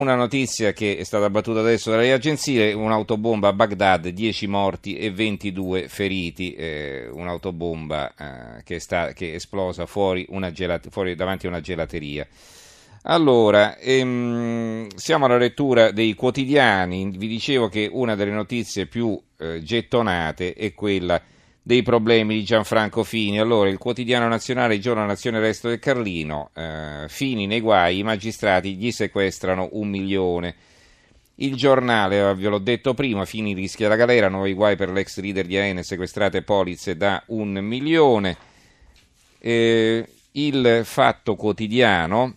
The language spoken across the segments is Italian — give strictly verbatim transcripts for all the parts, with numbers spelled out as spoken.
Una notizia che è stata battuta adesso dalle agenzie: un'autobomba a Baghdad, dieci morti e ventidue feriti, eh, un'autobomba eh, che, sta, che è esplosa fuori, una gelat- fuori davanti a una gelateria. Allora, ehm, siamo alla lettura dei quotidiani. Vi dicevo che una delle notizie più eh, gettonate è quella dei problemi di Gianfranco Fini. Allora, il quotidiano nazionale, il giorno Nazione, il Resto del Carlino, eh, Fini nei guai, i magistrati gli sequestrano un milione. Il giornale, ve l'ho detto prima, Fini rischia la galera, nuovi guai per l'ex leader di A N, sequestrate polizze da un milione. Eh, il Fatto Quotidiano,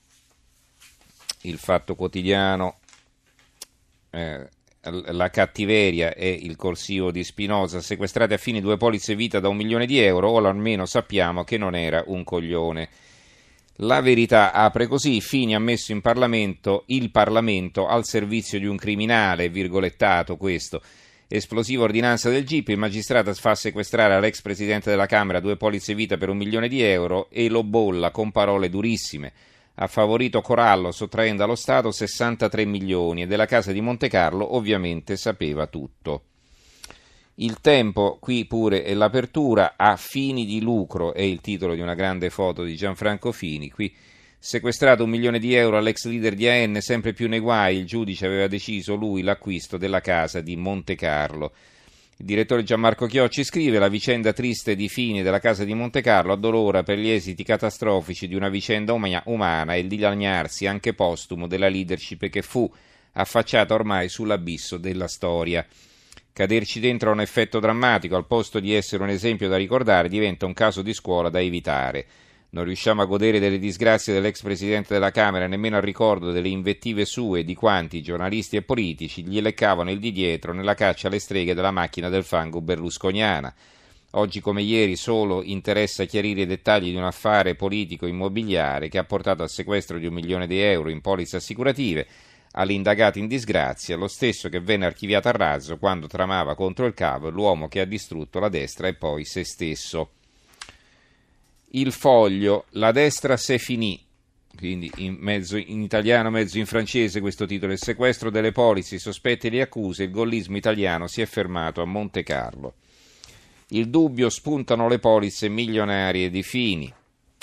il Fatto Quotidiano, eh, la cattiveria è il corsivo di Spinoza, sequestrate a Fini due polizze vita da un milione di euro, o almeno sappiamo che non era un coglione. La Verità apre così: Fini ha messo in Parlamento il Parlamento al servizio di un criminale, virgolettato questo. Esplosiva ordinanza del G I P, il magistrato fa sequestrare all'ex presidente della Camera due polizze vita per un milione di euro e lo bolla con parole durissime. Ha favorito Corallo sottraendo allo Stato sessantatré milioni e della Casa di Montecarlo ovviamente sapeva tutto. Il Tempo, qui pure è l'apertura, a fini di lucro è il titolo di una grande foto di Gianfranco Fini. Qui: sequestrato un milione di euro all'ex leader di A N, sempre più nei guai, il giudice aveva deciso lui l'acquisto della Casa di Montecarlo. Il direttore Gianmarco Chiocci scrive: la vicenda triste di Fini della Casa di Montecarlo addolora per gli esiti catastrofici di una vicenda umana e il dilaniarsi anche postumo della leadership che fu affacciata ormai sull'abisso della storia. Caderci dentro ha un effetto drammatico, al posto di essere un esempio da ricordare diventa un caso di scuola da evitare. Non riusciamo a godere delle disgrazie dell'ex presidente della Camera, nemmeno al ricordo delle invettive sue e di quanti, giornalisti e politici, gli leccavano il di dietro nella caccia alle streghe della macchina del fango berlusconiana. Oggi come ieri solo interessa chiarire i dettagli di un affare politico immobiliare che ha portato al sequestro di un milione di euro in polizze assicurative all'indagato in disgrazia, lo stesso che venne archiviato a razzo quando tramava contro il capo l'uomo che ha distrutto la destra e poi se stesso. Il Foglio, la destra se finì, quindi in, mezzo in italiano, mezzo in francese questo titolo: il sequestro delle polizze, i sospetti e le accuse, il gollismo italiano si è fermato a Montecarlo. Il Dubbio, spuntano le polizze milionarie di Fini.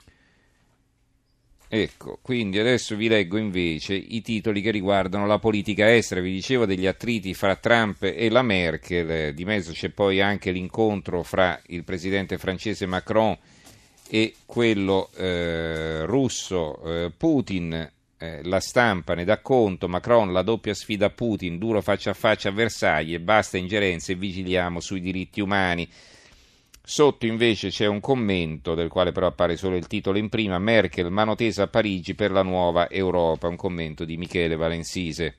Ecco, quindi adesso vi leggo invece i titoli che riguardano la politica estera. Vi dicevo degli attriti fra Trump e la Merkel, di mezzo c'è poi anche l'incontro fra il presidente francese Macron e quello eh, russo eh, Putin. Eh, la Stampa ne dà conto: Macron, la doppia sfida a Putin, duro faccia a faccia a Versailles, basta ingerenze e vigiliamo sui diritti umani. Sotto invece c'è un commento, del quale però appare solo il titolo in prima: Merkel, mano tesa a Parigi per la nuova Europa, un commento di Michele Valensise.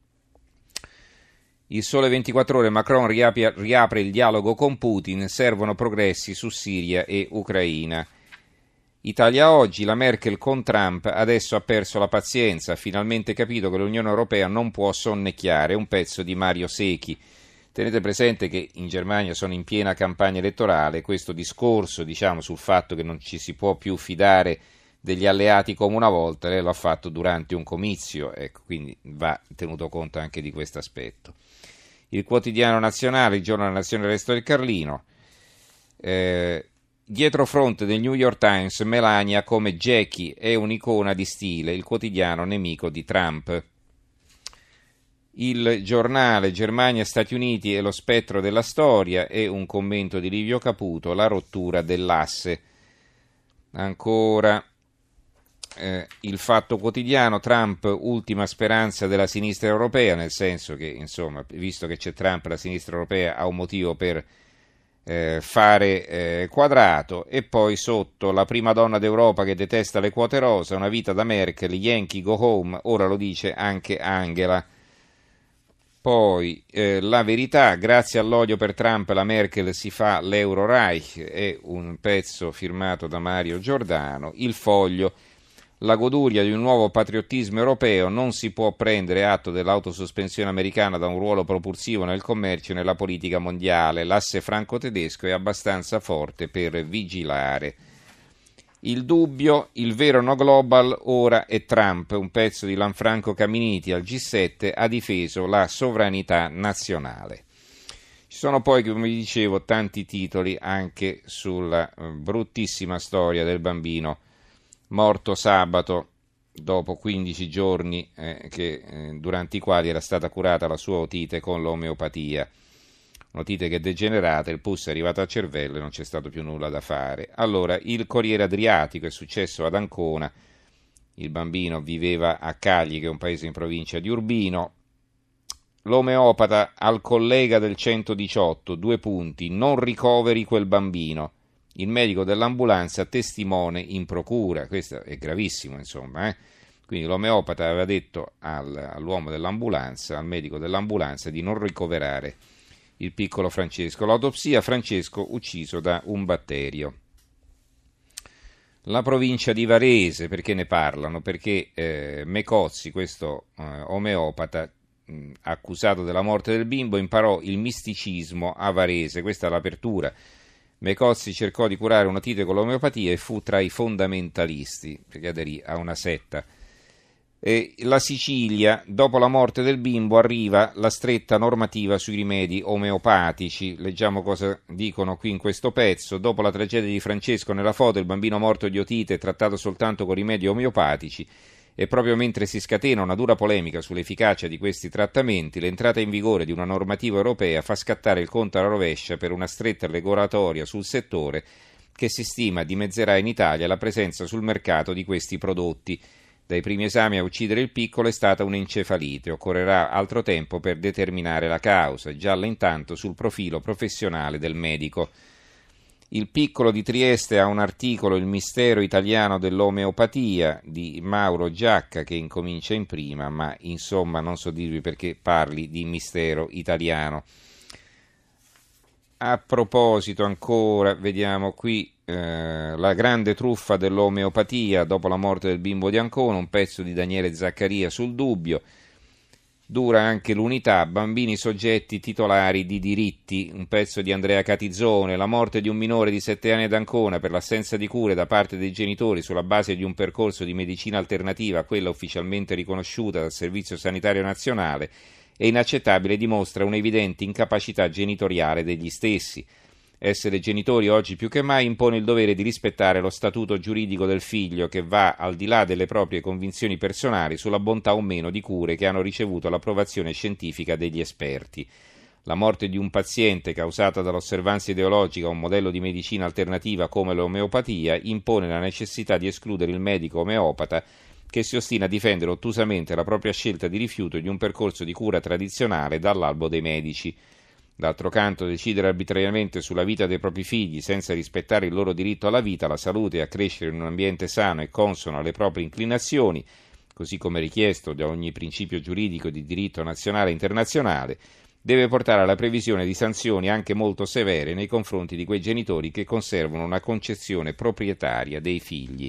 Il Sole ventiquattro Ore, Macron riapre, riapre il dialogo con Putin, servono progressi su Siria e Ucraina. Italia Oggi, la Merkel con Trump adesso ha perso la pazienza, ha finalmente capito che l'Unione Europea non può sonnecchiare, un pezzo di Mario Secchi. Tenete presente che in Germania sono in piena campagna elettorale, questo discorso, diciamo, sul fatto che non ci si può più fidare degli alleati come una volta, lei lo ha fatto durante un comizio, ecco, quindi va tenuto conto anche di questo aspetto. Il Quotidiano Nazionale, il giorno della Nazione, il Resto del Carlino, eh, dietro fronte del New York Times, Melania come Jackie è un'icona di stile, il quotidiano nemico di Trump. Il Giornale, Germania, Stati Uniti e lo spettro della storia, e un commento di Livio Caputo, la rottura dell'asse. Ancora eh, il Fatto Quotidiano, Trump, ultima speranza della sinistra europea, nel senso che, insomma, visto che c'è Trump, la sinistra europea ha un motivo per eh, fare eh, quadrato. E poi sotto, la prima donna d'Europa che detesta le quote rosa, una vita da Merkel, Yankee go home, ora lo dice anche Angela. Poi eh, La Verità, grazie all'odio per Trump la Merkel si fa l'Euro-Reich, è un pezzo firmato da Mario Giordano. Il Foglio, la goduria di un nuovo patriottismo europeo, non si può prendere atto dell'autosospensione americana da un ruolo propulsivo nel commercio e nella politica mondiale, l'asse franco-tedesco è abbastanza forte per vigilare. Il dubbio, il vero no global ora è Trump, un pezzo di Lanfranco Caminiti al G sette ha difeso la sovranità nazionale. Ci sono poi, come vi dicevo, tanti titoli anche sulla bruttissima storia del bambino morto sabato dopo quindici giorni eh, che, eh, durante i quali era stata curata la sua otite con l'omeopatia. Un'otite che è degenerata, il pus è arrivato al cervello e non c'è stato più nulla da fare. Allora, il Corriere Adriatico è successo ad Ancona, il bambino viveva a Cagli, che è un paese in provincia di Urbino. L'omeopata al collega del centodiciotto, due punti, non ricoveri quel bambino. Il medico dell'ambulanza testimone in procura, questo è gravissimo insomma. Eh? Quindi l'omeopata aveva detto al, all'uomo dell'ambulanza, al medico dell'ambulanza, di non ricoverare il piccolo Francesco. L'autopsia, Francesco ucciso da un batterio. La provincia di Varese, perché ne parlano? Perché eh, Mecozzi, questo eh, omeopata mh, accusato della morte del bimbo, imparò il misticismo a Varese, questa è l'apertura. Mecozzi cercò di curare un'otite con l'omeopatia e fu tra i fondamentalisti, perché aderì a una setta. E la Sicilia, dopo la morte del bimbo, arriva la stretta normativa sui rimedi omeopatici. Leggiamo cosa dicono qui in questo pezzo. Dopo la tragedia di Francesco, nella foto il bambino morto di otite è trattato soltanto con rimedi omeopatici e proprio mentre si scatena una dura polemica sull'efficacia di questi trattamenti, l'entrata in vigore di una normativa europea fa scattare il conto alla rovescia per una stretta regolatoria sul settore che si stima dimezzerà in Italia la presenza sul mercato di questi prodotti. Dai primi esami a uccidere il piccolo è stata un'encefalite, occorrerà altro tempo per determinare la causa, gialla intanto sul profilo professionale del medico. Il Piccolo di Trieste ha un articolo, Il mistero italiano dell'omeopatia, di Mauro Giacca, che incomincia in prima, ma insomma non so dirvi perché parli di mistero italiano. A proposito ancora, vediamo qui eh, la grande truffa dell'omeopatia dopo la morte del bimbo di Ancona, un pezzo di Daniele Zaccaria sul dubbio. Dura anche l'Unità, bambini soggetti titolari di diritti, un pezzo di Andrea Catizzone, la morte di un minore di sette anni ad Ancona per l'assenza di cure da parte dei genitori sulla base di un percorso di medicina alternativa a quella ufficialmente riconosciuta dal Servizio Sanitario Nazionale è inaccettabile e dimostra un'evidente incapacità genitoriale degli stessi. Essere genitori oggi più che mai impone il dovere di rispettare lo statuto giuridico del figlio che va al di là delle proprie convinzioni personali sulla bontà o meno di cure che hanno ricevuto l'approvazione scientifica degli esperti. La morte di un paziente causata dall'osservanza ideologica a un modello di medicina alternativa come l'omeopatia impone la necessità di escludere il medico omeopata che si ostina a difendere ottusamente la propria scelta di rifiuto di un percorso di cura tradizionale dall'albo dei medici. D'altro canto, decidere arbitrariamente sulla vita dei propri figli senza rispettare il loro diritto alla vita, alla salute e a crescere in un ambiente sano e consono alle proprie inclinazioni, così come richiesto da ogni principio giuridico di diritto nazionale e internazionale, deve portare alla previsione di sanzioni anche molto severe nei confronti di quei genitori che conservano una concezione proprietaria dei figli.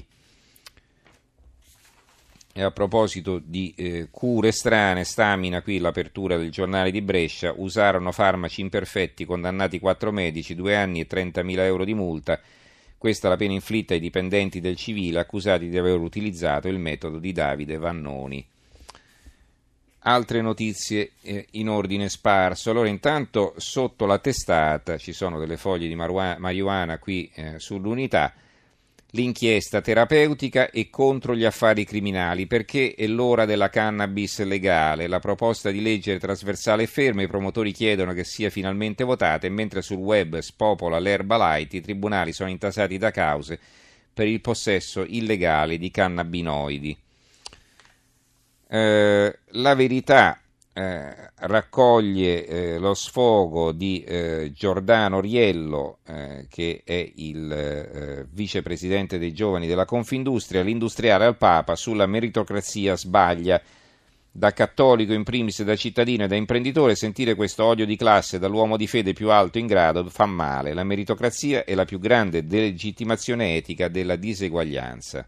E a proposito di eh, cure strane, Stamina, qui l'apertura del giornale di Brescia, usarono farmaci imperfetti, condannati quattro medici, due anni e trentamila euro di multa. Questa è la pena inflitta ai dipendenti del civile accusati di aver utilizzato il metodo di Davide Vannoni. Altre notizie eh, in ordine sparso. Allora, intanto sotto la testata ci sono delle foglie di marua- marijuana qui eh, sull'Unità. L'inchiesta terapeutica e contro gli affari criminali, perché è l'ora della cannabis legale. La proposta di legge trasversale è ferma, i promotori chiedono che sia finalmente votata e mentre sul web spopola l'erba light, i tribunali sono intasati da cause per il possesso illegale di cannabinoidi. Eh, la Verità Eh, raccoglie eh, lo sfogo di eh, Giordano Riello, eh, che è il eh, vicepresidente dei giovani della Confindustria. L'industriale al Papa sulla meritocrazia sbaglia. Da cattolico in primis, da cittadino e da imprenditore, sentire questo odio di classe dall'uomo di fede più alto in grado fa male. La meritocrazia è la più grande delegittimazione etica della diseguaglianza.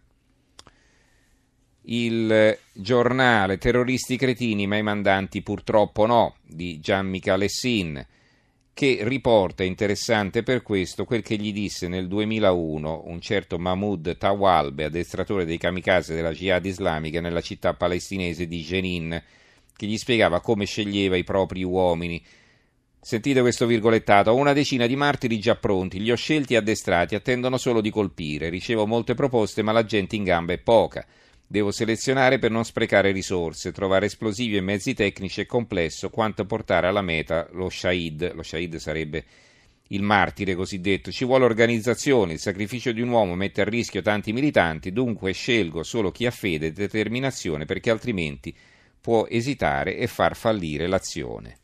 Il Giornale, terroristi cretini ma i mandanti purtroppo no, di Gian Michalessin. che riporta, interessante per questo, quel che gli disse nel duemilauno un certo Mahmoud Tawalbe, addestratore dei kamikaze della Jihad islamica nella città palestinese di Jenin, che gli spiegava come sceglieva i propri uomini. Sentite questo virgolettato: ho una decina di martiri già pronti, li ho scelti e addestrati, attendono solo di colpire, ricevo molte proposte ma la gente in gamba è poca. Devo selezionare per non sprecare risorse, trovare esplosivi e mezzi tecnici è complesso quanto portare alla meta lo shahid, lo shahid sarebbe il martire cosiddetto, ci vuole organizzazione, il sacrificio di un uomo mette a rischio tanti militanti, dunque scelgo solo chi ha fede e determinazione perché altrimenti può esitare e far fallire l'azione.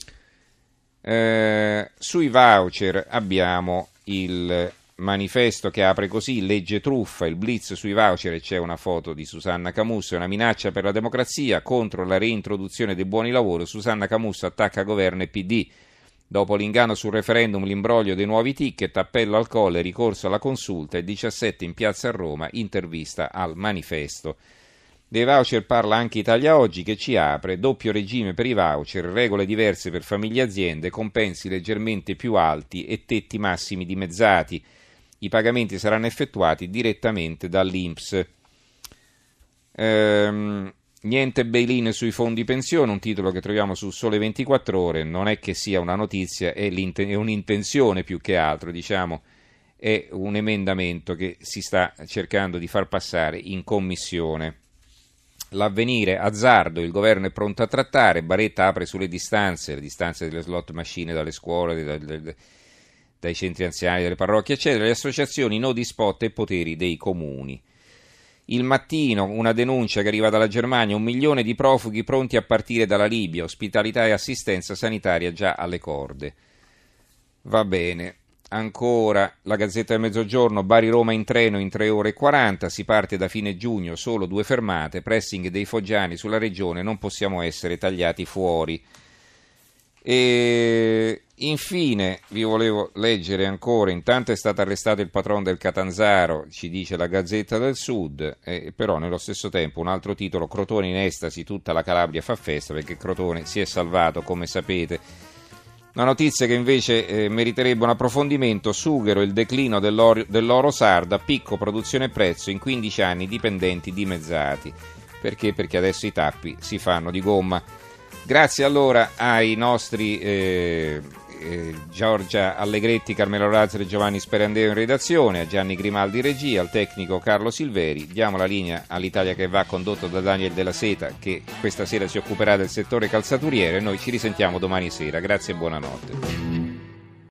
Eh, sui voucher abbiamo il manifesto che apre così: legge truffa, il blitz sui voucher, e c'è una foto di Susanna Camusso, è una minaccia per la democrazia, contro la reintroduzione dei buoni lavoro, Susanna Camusso attacca governo e P D, dopo l'inganno sul referendum, l'imbroglio dei nuovi ticket, appello al Colle, ricorso alla consulta, il diciassette in piazza a Roma, intervista al manifesto. Dei voucher parla anche Italia Oggi, che ci apre: doppio regime per i voucher, regole diverse per famiglie e aziende, compensi leggermente più alti e tetti massimi dimezzati. I pagamenti saranno effettuati direttamente dall'I N P S. Ehm, niente bail-in sui fondi pensione, un titolo che troviamo su Sole ventiquattro Ore, non è che sia una notizia, è, è un'intenzione più che altro, diciamo, è un emendamento che si sta cercando di far passare in commissione. L'Avvenire, azzardo, il governo è pronto a trattare, Baretta apre sulle distanze, le distanze delle slot machine dalle scuole, dai, dai, dai centri anziani, dalle parrocchie, eccetera, le associazioni, no di spot e poteri dei comuni. Il Mattino, una denuncia che arriva dalla Germania, un milione di profughi pronti a partire dalla Libia, ospitalità e assistenza sanitaria già alle corde. Va bene. Ancora la Gazzetta del Mezzogiorno, Bari-Roma in treno in tre ore e quaranta, si parte da fine giugno, solo due fermate, pressing dei foggiani sulla regione, non possiamo essere tagliati fuori. E infine vi volevo leggere ancora, intanto è stato arrestato il patron del Catanzaro, ci dice la Gazzetta del Sud, eh, però nello stesso tempo un altro titolo: Crotone in estasi, tutta la Calabria fa festa, perché Crotone si è salvato, come sapete. Una notizia che invece eh, meriterebbe un approfondimento: Sughero, il declino dell'oro, dell'oro sarda, picco produzione e prezzo, in quindici anni dipendenti dimezzati. Perché? Perché adesso i tappi si fanno di gomma. Grazie allora ai nostri eh, eh, Giorgia Allegretti, Carmelo Lazzaro e Giovanni Sperandeo in redazione, a Gianni Grimaldi regia, al tecnico Carlo Silveri. Diamo la linea all'Italia che va, condotto da Daniel Della Seta, che questa sera si occuperà del settore calzaturiere. Noi ci risentiamo domani sera. Grazie e buonanotte.